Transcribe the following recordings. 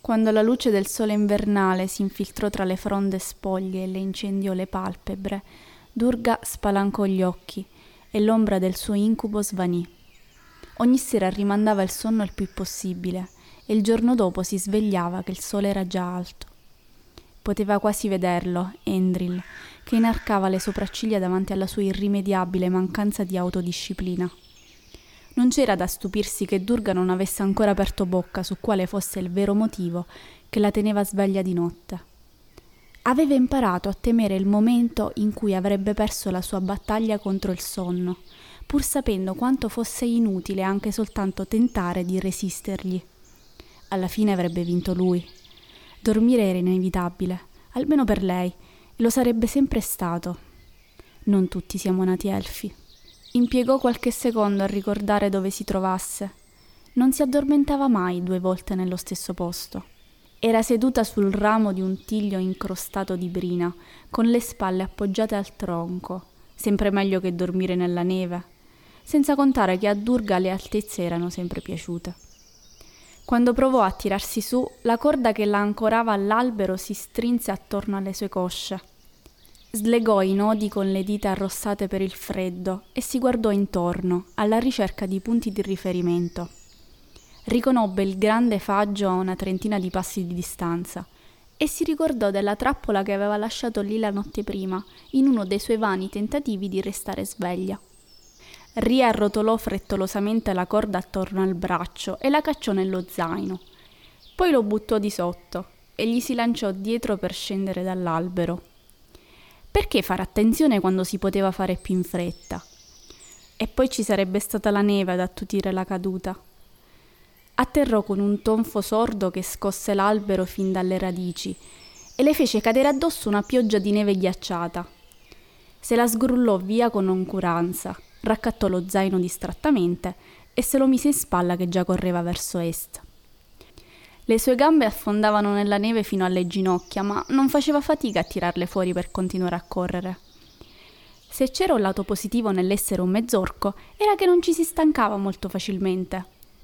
Quando la luce del sole invernale si infiltrò tra le fronde spoglie e le incendiò le palpebre, Durga spalancò gli occhi e l'ombra del suo incubo svanì. Ogni sera rimandava il sonno il più possibile e il giorno dopo si svegliava che il sole era già alto. Poteva quasi vederlo, Endril, che inarcava le sopracciglia davanti alla sua irrimediabile mancanza di autodisciplina. Non c'era da stupirsi che Durga non avesse ancora aperto bocca su quale fosse il vero motivo che la teneva sveglia di notte. Aveva imparato a temere il momento in cui avrebbe perso la sua battaglia contro il sonno, pur sapendo quanto fosse inutile anche soltanto tentare di resistergli. Alla fine avrebbe vinto lui. Dormire era inevitabile, almeno per lei, e lo sarebbe sempre stato. Non tutti siamo nati elfi. Impiegò qualche secondo a ricordare dove si trovasse. Non si addormentava mai 2 volte nello stesso posto. Era seduta sul ramo di un tiglio incrostato di brina, con le spalle appoggiate al tronco, sempre meglio che dormire nella neve, senza contare che a Durga le altezze erano sempre piaciute. Quando provò a tirarsi su, la corda che la ancorava all'albero si strinse attorno alle sue cosce. Slegò i nodi con le dita arrossate per il freddo e si guardò intorno, alla ricerca di punti di riferimento. Riconobbe il grande faggio a una trentina di passi di distanza e si ricordò della trappola che aveva lasciato lì la notte prima, in uno dei suoi vani tentativi di restare sveglia. Riarrotolò frettolosamente la corda attorno al braccio e la cacciò nello zaino. Poi lo buttò di sotto e gli si lanciò dietro per scendere dall'albero. Perché fare attenzione quando si poteva fare più in fretta? E poi ci sarebbe stata la neve ad attutire la caduta. Atterrò con un tonfo sordo che scosse l'albero fin dalle radici e le fece cadere addosso una pioggia di neve ghiacciata. Se la sgrullò via con noncuranza, raccattò lo zaino distrattamente e se lo mise in spalla che già correva verso est. Le sue gambe affondavano nella neve fino alle ginocchia, ma non faceva fatica a tirarle fuori per continuare a correre. Se c'era un lato positivo nell'essere un mezzorco, era che non ci si stancava molto facilmente.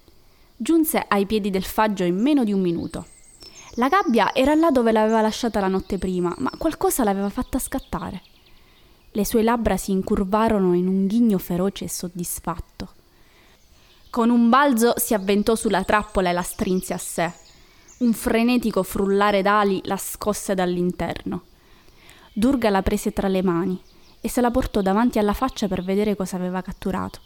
Giunse ai piedi del faggio in meno di 1 minuto. La gabbia era là dove l'aveva lasciata la notte prima, ma qualcosa l'aveva fatta scattare. Le sue labbra si incurvarono in un ghigno feroce e soddisfatto. Con un balzo si avventò sulla trappola e la strinse a sé. Un frenetico frullare d'ali la scosse dall'interno. Durga la prese tra le mani e se la portò davanti alla faccia per vedere cosa aveva catturato.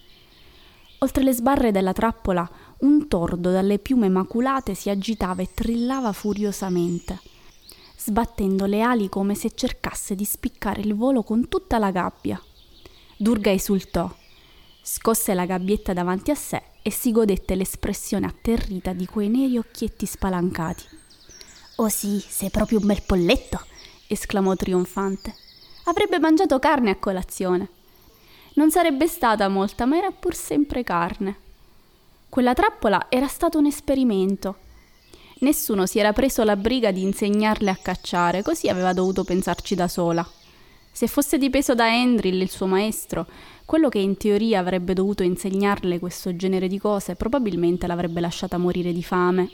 Oltre le sbarre della trappola, un tordo dalle piume maculate si agitava e trillava furiosamente, sbattendo le ali come se cercasse di spiccare il volo con tutta la gabbia. Durga esultò, scosse la gabbietta davanti a sé e si godette l'espressione atterrita di quei neri occhietti spalancati. «Oh sì, sei proprio un bel polletto!» esclamò trionfante. Avrebbe mangiato carne a colazione. Non sarebbe stata molta, ma era pur sempre carne. Quella trappola era stato un esperimento. Nessuno si era preso la briga di insegnarle a cacciare, così aveva dovuto pensarci da sola. Se fosse dipeso da Endril, il suo maestro, quello che in teoria avrebbe dovuto insegnarle questo genere di cose, probabilmente l'avrebbe lasciata morire di fame.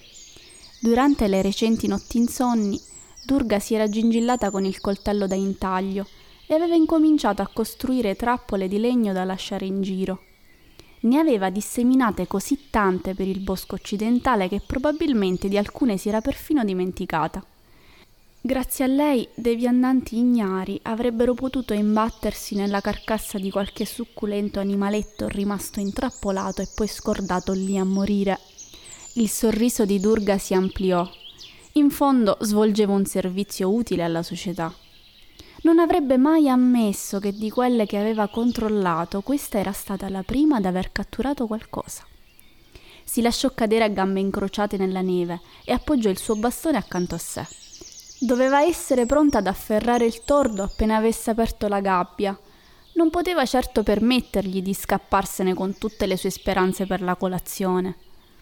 Durante le recenti notti insonni, Durga si era gingillata con il coltello da intaglio e aveva incominciato a costruire trappole di legno da lasciare in giro. Ne aveva disseminate così tante per il bosco occidentale che probabilmente di alcune si era perfino dimenticata. Grazie a lei, dei viandanti ignari avrebbero potuto imbattersi nella carcassa di qualche succulento animaletto rimasto intrappolato e poi scordato lì a morire. Il sorriso di Durga si ampliò. In fondo svolgeva un servizio utile alla società. Non avrebbe mai ammesso che di quelle che aveva controllato questa era stata la prima ad aver catturato qualcosa. Si lasciò cadere a gambe incrociate nella neve e appoggiò il suo bastone accanto a sé. Doveva essere pronta ad afferrare il tordo appena avesse aperto la gabbia. Non poteva certo permettergli di scapparsene con tutte le sue speranze per la colazione.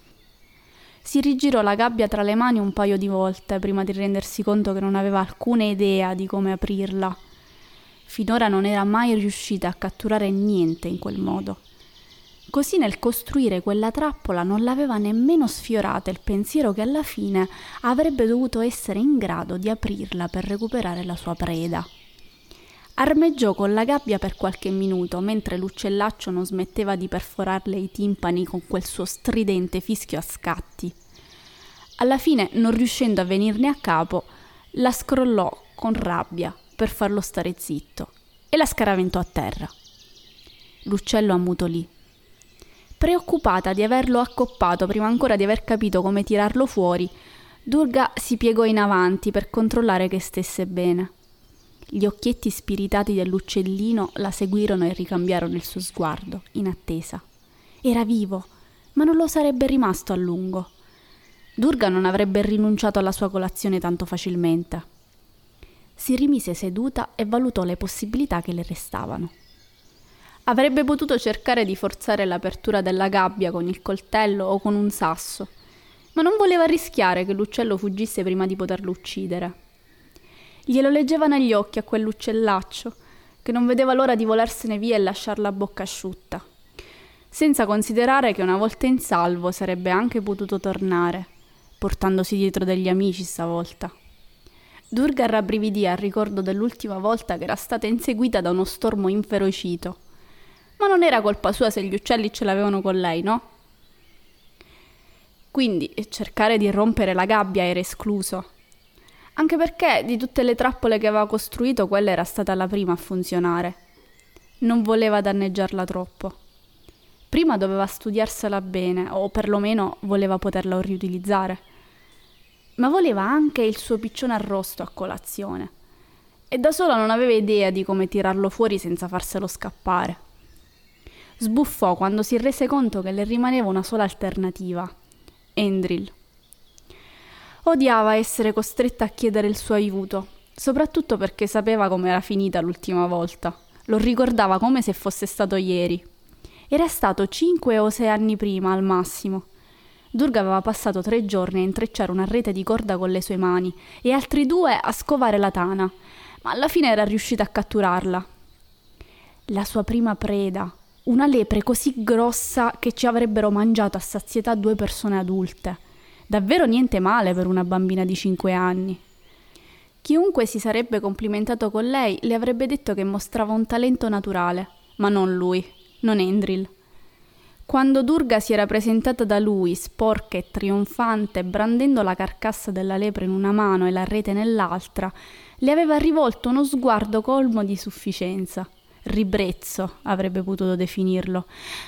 Si rigirò la gabbia tra le mani un paio di volte prima di rendersi conto che non aveva alcuna idea di come aprirla. Finora non era mai riuscita a catturare niente in quel modo. Così nel costruire quella trappola non l'aveva nemmeno sfiorata il pensiero che alla fine avrebbe dovuto essere in grado di aprirla per recuperare la sua preda. Armeggiò con la gabbia per qualche minuto, mentre l'uccellaccio non smetteva di perforarle i timpani con quel suo stridente fischio a scatti. Alla fine, non riuscendo a venirne a capo, la scrollò con rabbia per farlo stare zitto e la scaraventò a terra. L'uccello ammutolì. Preoccupata di averlo accoppato prima ancora di aver capito come tirarlo fuori, Durga si piegò in avanti per controllare che stesse bene. Gli occhietti spiritati dell'uccellino la seguirono e ricambiarono il suo sguardo, in attesa. Era vivo, ma non lo sarebbe rimasto a lungo. Durga non avrebbe rinunciato alla sua colazione tanto facilmente. Si rimise seduta e valutò le possibilità che le restavano. Avrebbe potuto cercare di forzare l'apertura della gabbia con il coltello o con un sasso, ma non voleva rischiare che l'uccello fuggisse prima di poterlo uccidere. Glielo leggeva negli occhi a quell'uccellaccio, che non vedeva l'ora di volarsene via e lasciarla a bocca asciutta, senza considerare che una volta in salvo sarebbe anche potuto tornare, portandosi dietro degli amici stavolta. Durga rabbrividì al ricordo dell'ultima volta che era stata inseguita da uno stormo inferocito. Ma non era colpa sua se gli uccelli ce l'avevano con lei, no? Quindi cercare di rompere la gabbia era escluso. Anche perché di tutte le trappole che aveva costruito quella era stata la prima a funzionare. Non voleva danneggiarla troppo. Prima doveva studiarsela bene, o perlomeno voleva poterla riutilizzare. Ma voleva anche il suo piccione arrosto a colazione. E da sola non aveva idea di come tirarlo fuori senza farselo scappare. Sbuffò quando si rese conto che le rimaneva una sola alternativa: Endril. Odiava essere costretta a chiedere il suo aiuto, soprattutto perché sapeva come era finita l'ultima volta. Lo ricordava come se fosse stato ieri. Era stato 5 o 6 anni prima, al massimo. Durga aveva passato 3 giorni a intrecciare una rete di corda con le sue mani e altri 2 a scovare la tana, ma alla fine era riuscita a catturarla. La sua prima preda, una lepre così grossa che ci avrebbero mangiato a sazietà 2 persone adulte. Davvero niente male per una bambina di 5 anni. Chiunque si sarebbe complimentato con lei le avrebbe detto che mostrava un talento naturale, ma non lui, non Endril. Quando Durga si era presentata da lui, sporca e trionfante, brandendo la carcassa della lepre in una mano e la rete nell'altra, le aveva rivolto uno sguardo colmo di sufficienza. Ribrezzo avrebbe potuto definirlo.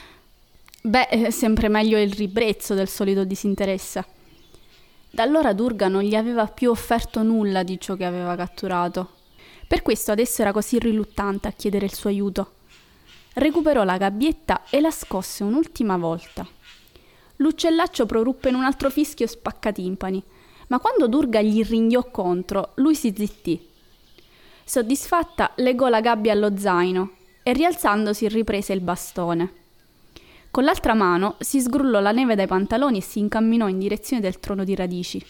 Beh, sempre meglio il ribrezzo del solito disinteresse. Da allora Durga non gli aveva più offerto nulla di ciò che aveva catturato. Per questo adesso era così riluttante a chiedere il suo aiuto. Recuperò la gabbietta e la scosse un'ultima volta. L'uccellaccio proruppe in un altro fischio spaccatimpani, ma quando Durga gli ringhiò contro, lui si zittì. Soddisfatta, legò la gabbia allo zaino e rialzandosi riprese il bastone. Con l'altra mano si sgrullò la neve dai pantaloni e si incamminò in direzione del trono di radici.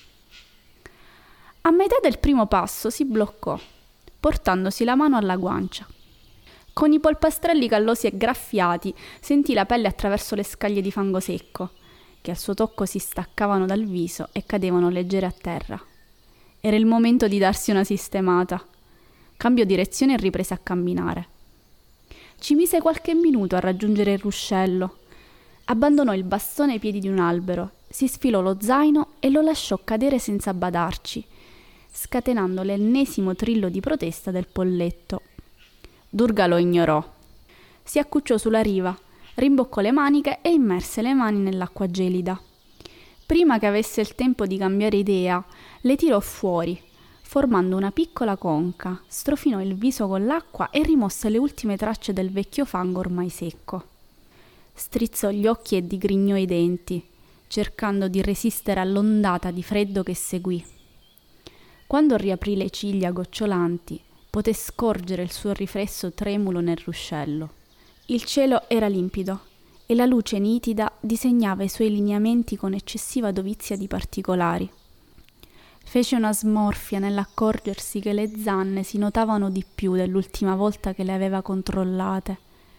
A metà del primo passo si bloccò, portandosi la mano alla guancia. Con i polpastrelli callosi e graffiati sentì la pelle attraverso le scaglie di fango secco, che al suo tocco si staccavano dal viso e cadevano leggere a terra. Era il momento di darsi una sistemata. Cambiò direzione e riprese a camminare. Ci mise qualche minuto a raggiungere il ruscello. Abbandonò il bastone ai piedi di un albero, si sfilò lo zaino e lo lasciò cadere senza badarci, scatenando l'ennesimo trillo di protesta del polletto. Durga lo ignorò. Si accucciò sulla riva, rimboccò le maniche e immerse le mani nell'acqua gelida. Prima che avesse il tempo di cambiare idea, le tirò fuori, formando una piccola conca, strofinò il viso con l'acqua e rimosse le ultime tracce del vecchio fango ormai secco. Strizzò gli occhi e digrignò i denti, cercando di resistere all'ondata di freddo che seguì. Quando riaprì le ciglia gocciolanti, poté scorgere il suo riflesso tremulo nel ruscello. Il cielo era limpido e la luce nitida disegnava i suoi lineamenti con eccessiva dovizia di particolari. Fece una smorfia nell'accorgersi che le zanne si notavano di più dell'ultima volta che le aveva controllate.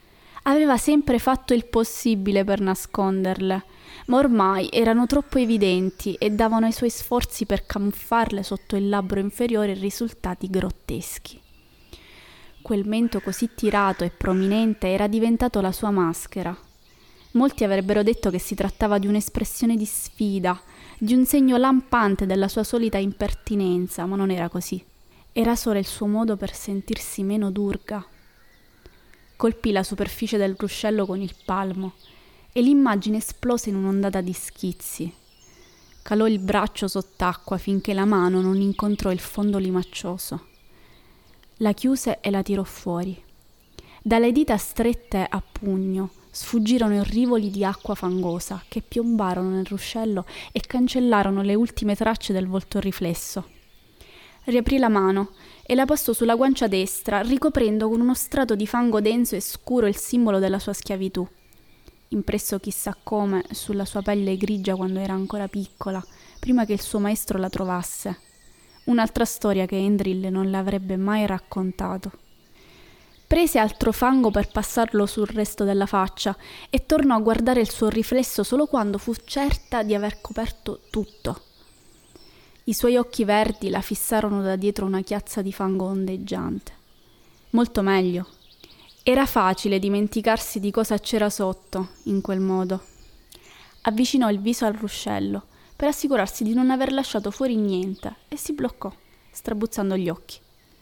Aveva sempre fatto il possibile per nasconderle, ma ormai erano troppo evidenti e davano ai suoi sforzi per camuffarle sotto il labbro inferiore risultati grotteschi. Quel mento così tirato e prominente era diventato la sua maschera. Molti avrebbero detto che si trattava di un'espressione di sfida, di un segno lampante della sua solita impertinenza, ma non era così. Era solo il suo modo per sentirsi meno Durga. Colpì la superficie del ruscello con il palmo e l'immagine esplose in un'ondata di schizzi. Calò il braccio sott'acqua finché la mano non incontrò il fondo limaccioso. La chiuse e la tirò fuori. Dalle dita strette a pugno sfuggirono i rivoli di acqua fangosa che piombarono nel ruscello e cancellarono le ultime tracce del volto riflesso. Riaprì la mano e la postò sulla guancia destra, ricoprendo con uno strato di fango denso e scuro il simbolo della sua schiavitù. Impresso chissà come sulla sua pelle grigia quando era ancora piccola, prima che il suo maestro la trovasse. Un'altra storia che Eindril non le avrebbe mai raccontato. Prese altro fango per passarlo sul resto della faccia e tornò a guardare il suo riflesso solo quando fu certa di aver coperto tutto. I suoi occhi verdi la fissarono da dietro una chiazza di fango ondeggiante. Molto meglio. Era facile dimenticarsi di cosa c'era sotto, in quel modo. Avvicinò il viso al ruscello per assicurarsi di non aver lasciato fuori niente e si bloccò, strabuzzando gli occhi.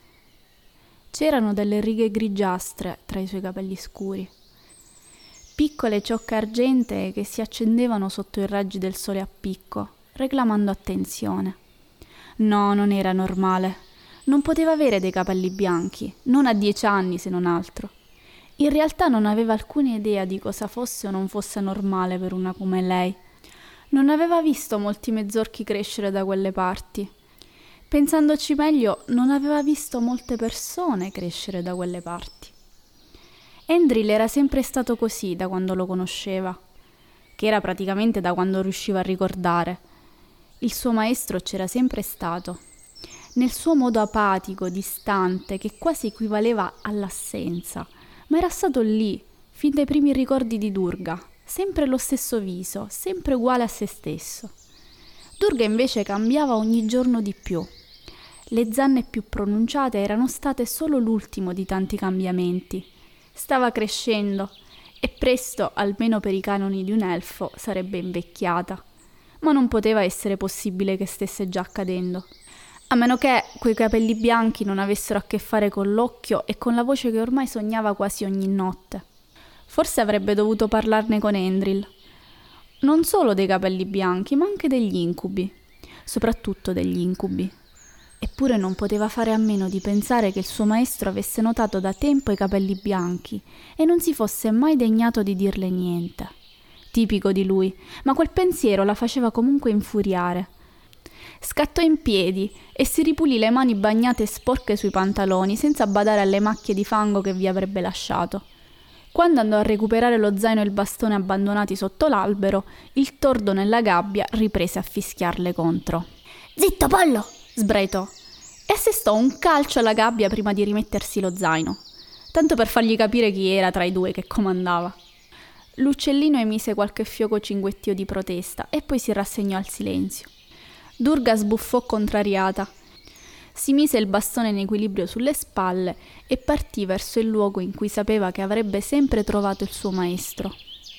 C'erano delle righe grigiastre tra i suoi capelli scuri, piccole ciocche argentee che si accendevano sotto i raggi del sole a picco, reclamando attenzione. No, non era normale. Non poteva avere dei capelli bianchi, non a 10 anni se non altro. In realtà non aveva alcuna idea di cosa fosse o non fosse normale per una come lei. Non aveva visto molti mezzorchi crescere da quelle parti. Pensandoci meglio, non aveva visto molte persone crescere da quelle parti. Eindril era sempre stato così da quando lo conosceva, che era praticamente da quando riusciva a ricordare. Il suo maestro c'era sempre stato, nel suo modo apatico, distante, che quasi equivaleva all'assenza, ma era stato lì, fin dai primi ricordi di Durga, sempre lo stesso viso, sempre uguale a se stesso. Durga invece cambiava ogni giorno di più. Le zanne più pronunciate erano state solo l'ultimo di tanti cambiamenti. Stava crescendo e presto, almeno per i canoni di un elfo, sarebbe invecchiata. Ma non poteva essere possibile che stesse già accadendo. A meno che quei capelli bianchi non avessero a che fare con l'occhio e con la voce che ormai sognava quasi ogni notte. Forse avrebbe dovuto parlarne con Eindril. Non solo dei capelli bianchi, ma anche degli incubi. Soprattutto degli incubi. Eppure non poteva fare a meno di pensare che il suo maestro avesse notato da tempo i capelli bianchi e non si fosse mai degnato di dirle niente. Tipico di lui, ma quel pensiero la faceva comunque infuriare. Scattò in piedi e si ripulì le mani bagnate e sporche sui pantaloni senza badare alle macchie di fango che vi avrebbe lasciato. Quando andò a recuperare lo zaino e il bastone abbandonati sotto l'albero, il tordo nella gabbia riprese a fischiarle contro. «Zitto, pollo!» sbraitò e assestò un calcio alla gabbia prima di rimettersi lo zaino, tanto per fargli capire chi era tra i due che comandava. L'uccellino emise qualche fioco cinguettio di protesta e poi si rassegnò al silenzio. Durga sbuffò contrariata. Si mise il bastone in equilibrio sulle spalle e partì verso il luogo in cui sapeva che avrebbe sempre trovato il suo maestro.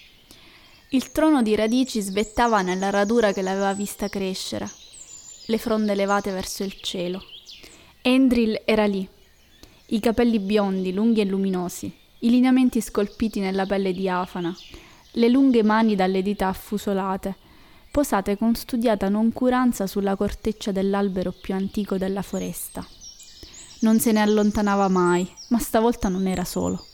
Il trono di radici svettava nella radura che l'aveva vista crescere, le fronde levate verso il cielo. Eindril era lì, i capelli biondi, lunghi e luminosi, i lineamenti scolpiti nella pelle diafana, le lunghe mani dalle dita affusolate, posate con studiata noncuranza sulla corteccia dell'albero più antico della foresta. Non se ne allontanava mai, ma stavolta non era solo.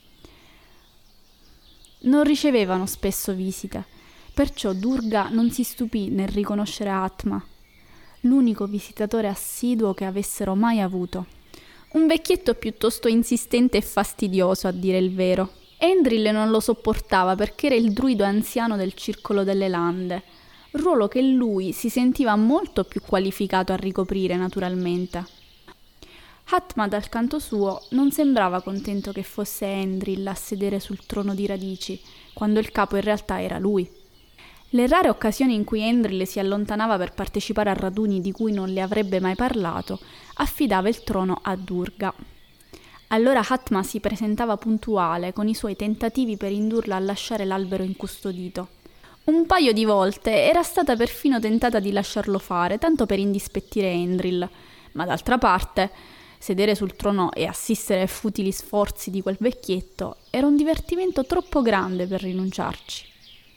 Non ricevevano spesso visite, perciò Durga non si stupì nel riconoscere Atma, l'unico visitatore assiduo che avessero mai avuto. Un vecchietto piuttosto insistente e fastidioso, a dire il vero. Eindril non lo sopportava perché era il druido anziano del Circolo delle Lande, ruolo che lui si sentiva molto più qualificato a ricoprire naturalmente. Atma, dal canto suo, non sembrava contento che fosse Endril a sedere sul trono di radici, quando il capo in realtà era lui. Le rare occasioni in cui Endril si allontanava per partecipare a raduni di cui non le avrebbe mai parlato, affidava il trono a Durga. Allora Atma si presentava puntuale, con i suoi tentativi per indurla a lasciare l'albero incustodito. Un paio di volte era stata perfino tentata di lasciarlo fare, tanto per indispettire Endril, ma d'altra parte, sedere sul trono e assistere ai futili sforzi di quel vecchietto era un divertimento troppo grande per rinunciarci.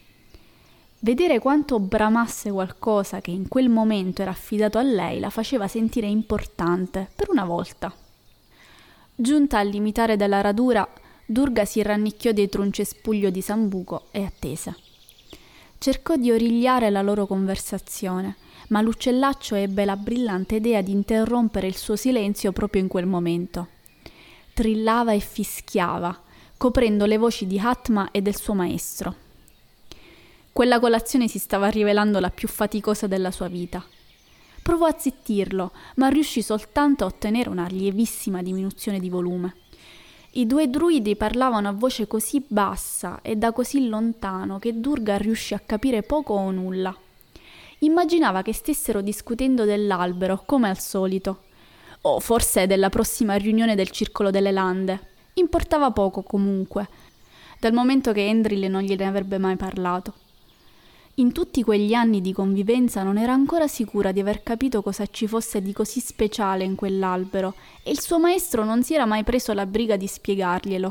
Vedere quanto bramasse qualcosa che in quel momento era affidato a lei la faceva sentire importante, per una volta. Giunta al limitare della radura, Durga si rannicchiò dietro un cespuglio di sambuco e attese. Cercò di origliare la loro conversazione, ma l'uccellaccio ebbe la brillante idea di interrompere il suo silenzio proprio in quel momento. Trillava e fischiava, coprendo le voci di Atma e del suo maestro. Quella colazione si stava rivelando la più faticosa della sua vita. Provò a zittirlo, ma riuscì soltanto a ottenere una lievissima diminuzione di volume. I due druidi parlavano a voce così bassa e da così lontano che Durga riuscì a capire poco o nulla. Immaginava che stessero discutendo dell'albero, come al solito, o forse della prossima riunione del Circolo delle Lande. Importava poco, comunque, dal momento che Endril non gliene avrebbe mai parlato. In tutti quegli anni di convivenza non era ancora sicura di aver capito cosa ci fosse di così speciale in quell'albero e il suo maestro non si era mai preso la briga di spiegarglielo.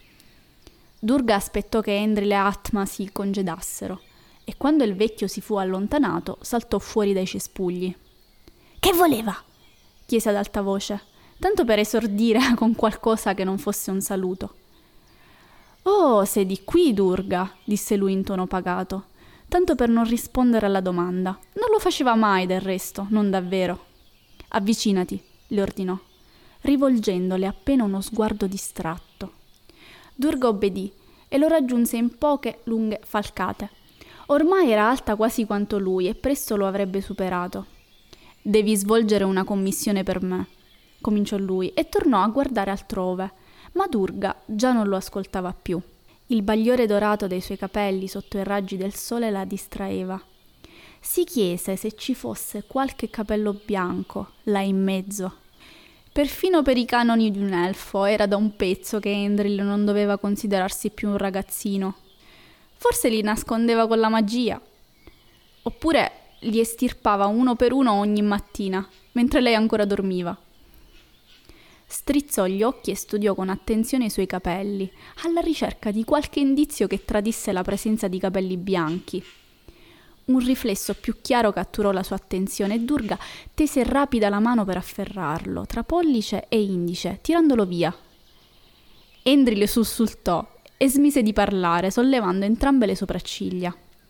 Durga aspettò che Endril e Atma si congedassero e quando il vecchio si fu allontanato saltò fuori dai cespugli. «Che voleva?» chiese ad alta voce, tanto per esordire con qualcosa che non fosse un saluto. «Oh, sei di qui, Durga», disse lui in tono pagato, tanto per non rispondere alla domanda. Non lo faceva mai, del resto, non davvero. «Avvicinati», le ordinò, rivolgendole appena uno sguardo distratto. Durga obbedì e lo raggiunse in poche lunghe falcate. Ormai era alta quasi quanto lui e presto lo avrebbe superato. «Devi svolgere una commissione per me», cominciò lui e tornò a guardare altrove, ma Durga già non lo ascoltava più. Il bagliore dorato dei suoi capelli sotto i raggi del sole la distraeva. Si chiese se ci fosse qualche capello bianco là in mezzo. Perfino per i canoni di un elfo era da un pezzo che Endril non doveva considerarsi più un ragazzino. Forse li nascondeva con la magia. Oppure li estirpava uno per uno ogni mattina, mentre lei ancora dormiva. Strizzò gli occhi e studiò con attenzione i suoi capelli, alla ricerca di qualche indizio che tradisse la presenza di capelli bianchi. Un riflesso più chiaro catturò la sua attenzione e Durga tese rapida la mano per afferrarlo, tra pollice e indice, tirandolo via. Endril sussultò e smise di parlare, sollevando entrambe le sopracciglia.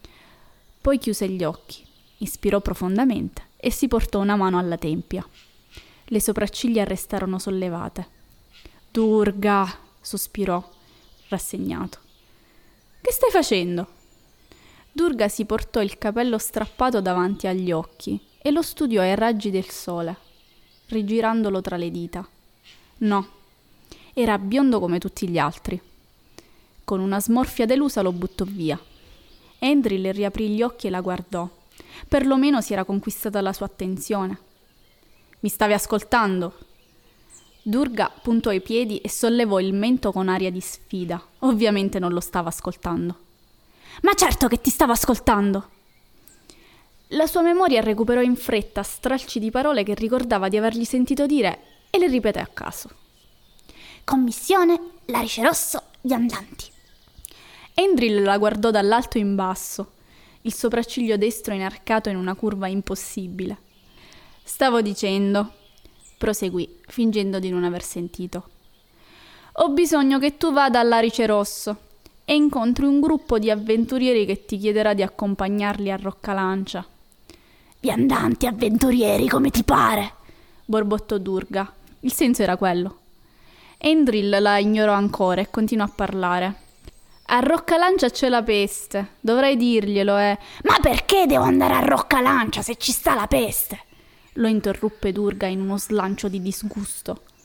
Poi chiuse gli occhi, ispirò profondamente e si portò una mano alla tempia. Le sopracciglia restarono sollevate. «Durga!» sospirò, rassegnato. «Che stai facendo?» Durga si portò il capello strappato davanti agli occhi e lo studiò ai raggi del sole, rigirandolo tra le dita. No, era biondo come tutti gli altri. Con una smorfia delusa lo buttò via. Endril riaprì gli occhi e la guardò. Perlomeno si era conquistata la sua attenzione. «Mi stavi ascoltando?» Durga puntò i piedi e sollevò il mento con aria di sfida. Ovviamente non lo stava ascoltando. «Ma certo che ti stavo ascoltando!» La sua memoria recuperò in fretta stralci di parole che ricordava di avergli sentito dire e le ripeté a caso. «Commissione Larice Rosso Viandanti». Endril la guardò dall'alto in basso, il sopracciglio destro inarcato in una curva impossibile. «Stavo dicendo», proseguì, fingendo di non aver sentito. «Ho bisogno che tu vada all'Arice Rosso e incontri un gruppo di avventurieri che ti chiederà di accompagnarli a Roccalancia». «Viandanti avventurieri, come ti pare?» borbottò Durga. Il senso era quello. Endril la ignorò ancora e continuò a parlare. «A Roccalancia c'è la peste, dovrai dirglielo, «Ma perché devo andare a Roccalancia se ci sta la peste?» lo interruppe Durga in uno slancio di disgusto.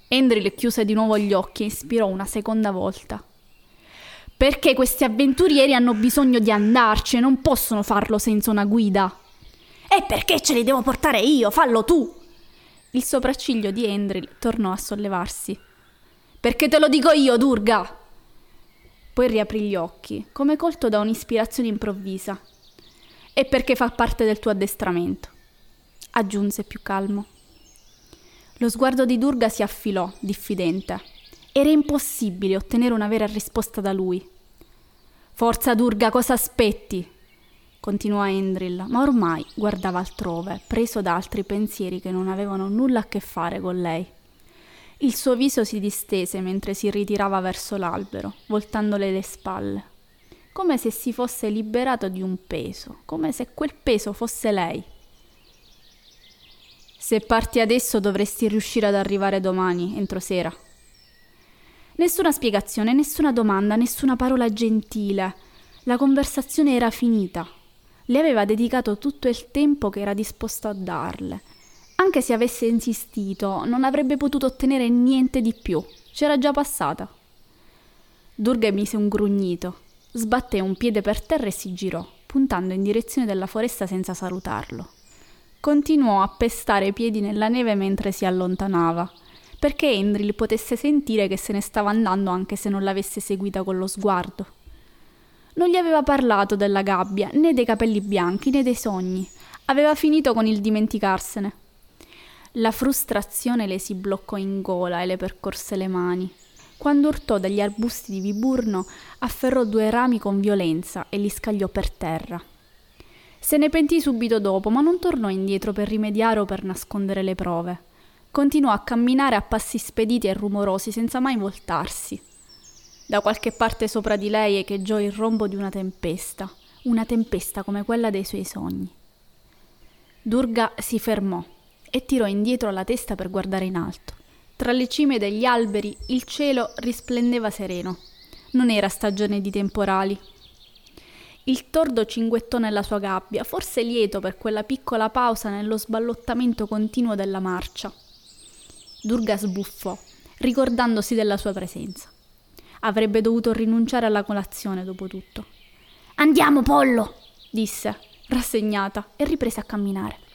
Endril chiuse di nuovo gli occhi e ispirò una seconda volta. Perché questi avventurieri hanno bisogno di andarci, non possono farlo senza una guida. E perché ce li devo portare io? Fallo tu! Il sopracciglio di Endril tornò a sollevarsi. Perché te lo dico io, Durga! Poi riaprì gli occhi, come colto da un'ispirazione improvvisa. E perché fa parte del tuo addestramento, aggiunse più calmo. Lo sguardo di Durga si affilò, diffidente. Era impossibile ottenere una vera risposta da lui. Forza, Durga, cosa aspetti? Continuò Endril, ma ormai guardava altrove, preso da altri pensieri che non avevano nulla a che fare con lei. Il suo viso si distese mentre si ritirava verso l'albero, voltandole le spalle, come se si fosse liberato di un peso, come se quel peso fosse lei. Se parti adesso dovresti riuscire ad arrivare domani, entro sera. Nessuna spiegazione, nessuna domanda, nessuna parola gentile. La conversazione era finita. Le aveva dedicato tutto il tempo che era disposto a darle. Anche se avesse insistito, non avrebbe potuto ottenere niente di più. C'era già passata. Durga emise un grugnito, sbatté un piede per terra e si girò, puntando in direzione della foresta senza salutarlo. Continuò a pestare i piedi nella neve mentre si allontanava, perché Endril potesse sentire che se ne stava andando anche se non l'avesse seguita con lo sguardo. Non gli aveva parlato della gabbia, né dei capelli bianchi, né dei sogni. Aveva finito con il dimenticarsene. La frustrazione le si bloccò in gola e le percorse le mani. Quando urtò dagli arbusti di Viburno, afferrò 2 rami con violenza e li scagliò per terra. Se ne pentì subito dopo, ma non tornò indietro per rimediare o per nascondere le prove. Continuò a camminare a passi spediti e rumorosi, senza mai voltarsi. Da qualche parte sopra di lei echeggiò il rombo di una tempesta come quella dei suoi sogni. Durga si fermò e tirò indietro la testa per guardare in alto. Tra le cime degli alberi il cielo risplendeva sereno. Non era stagione di temporali. Il tordo cinguettò nella sua gabbia, forse lieto per quella piccola pausa nello sballottamento continuo della marcia. Durga sbuffò, ricordandosi della sua presenza. Avrebbe dovuto rinunciare alla colazione, dopo tutto. «Andiamo, pollo!» disse, rassegnata, e riprese a camminare.